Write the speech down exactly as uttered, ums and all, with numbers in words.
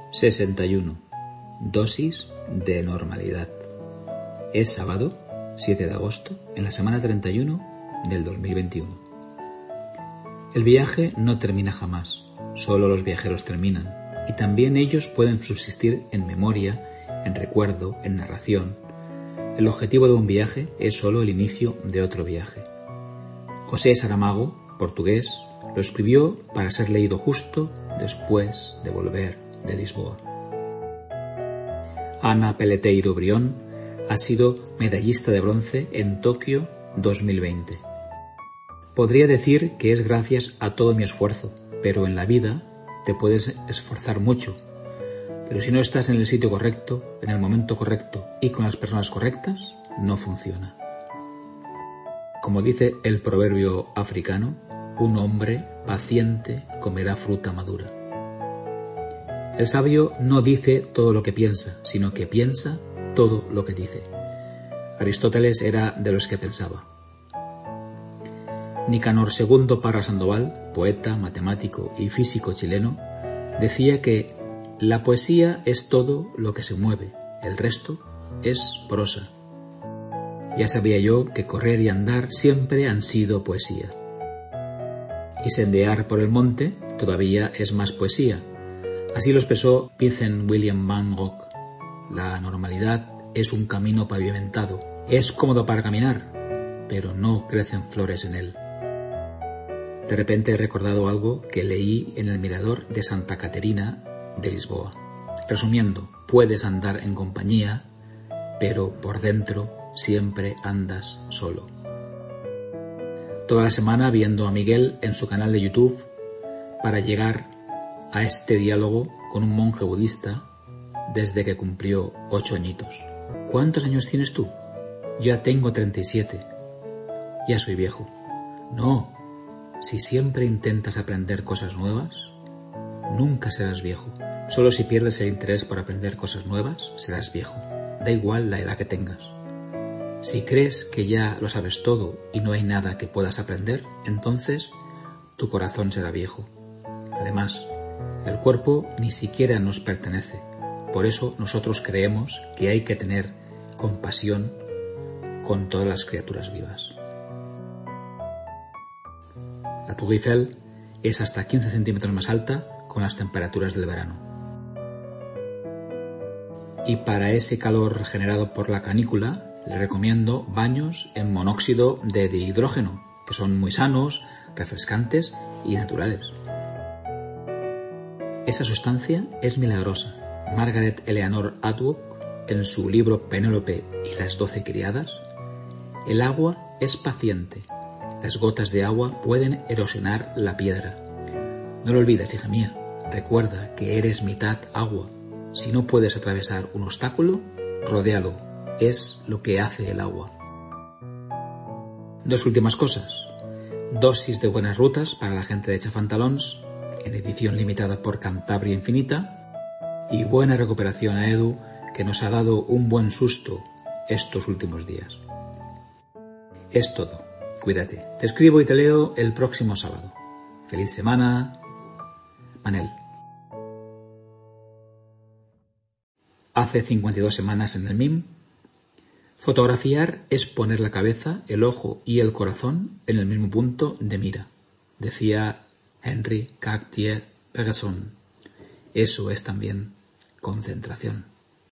sesenta y uno. Dosis de normalidad. Es sábado, siete de agosto, en la semana treinta y uno del dos mil veintiuno. El viaje no termina jamás, solo los viajeros terminan, y también ellos pueden subsistir en memoria, en recuerdo, en narración. El objetivo de un viaje es solo el inicio de otro viaje. José Saramago, portugués, lo escribió para ser leído justo después de volver de Lisboa. Ana Peleteiro Brión ha sido medallista de bronce en Tokio dos mil veinte. Podría decir que es gracias a todo mi esfuerzo, pero en la vida te puedes esforzar mucho. Pero si no estás en el sitio correcto, en el momento correcto y con las personas correctas, no funciona. Como dice el proverbio africano, un hombre paciente comerá fruta madura. El sabio no dice todo lo que piensa, sino que piensa todo lo que dice. Aristóteles era de los que pensaba. Nicanor segundo Parra Sandoval, poeta, matemático y físico chileno, decía que la poesía es todo lo que se mueve, el resto es prosa. Ya sabía yo que correr y andar siempre han sido poesía. Y sendear por el monte todavía es más poesía. Así lo expresó Vincent William Van Gogh. La normalidad es un camino pavimentado. Es cómodo para caminar, pero no crecen flores en él. De repente he recordado algo que leí en el mirador de Santa Caterina de Lisboa. Resumiendo, puedes andar en compañía, pero por dentro siempre andas solo. Toda la semana viendo a Miguel en su canal de YouTube para llegar a este diálogo con un monje budista desde que cumplió ocho añitos. ¿Cuántos años tienes tú? Ya tengo treinta y siete. Ya soy viejo. No, si siempre intentas aprender cosas nuevas, nunca serás viejo. Solo si pierdes el interés por aprender cosas nuevas, serás viejo. Da igual la edad que tengas. Si crees que ya lo sabes todo y no hay nada que puedas aprender, entonces tu corazón será viejo. Además, el cuerpo ni siquiera nos pertenece. Por eso nosotros creemos que hay que tener compasión con todas las criaturas vivas. La Tour Eiffel es hasta quince centímetros más alta con las temperaturas del verano. Y para ese calor generado por la canícula, le recomiendo baños en monóxido de dihidrógeno, que son muy sanos, refrescantes y naturales. Esa sustancia es milagrosa. Margaret Eleanor Atwood, en su libro Penélope y las doce criadas, el agua es paciente. Las gotas de agua pueden erosionar la piedra. No lo olvides, hija mía. Recuerda que eres mitad agua. Si no puedes atravesar un obstáculo, rodéalo. Es lo que hace el agua. Dos últimas cosas. Dosis de buenas rutas para la gente de Chafantalons, en edición limitada por Cantabria Infinita, y buena recuperación a Edu, que nos ha dado un buen susto estos últimos días. Es todo. Cuídate. Te escribo y te leo el próximo sábado. Feliz semana. Manel. Hace cincuenta y dos semanas en el M I M, fotografiar es poner la cabeza, el ojo y el corazón en el mismo punto de mira, decía Henri Cartier-Bresson. Eso es también concentración.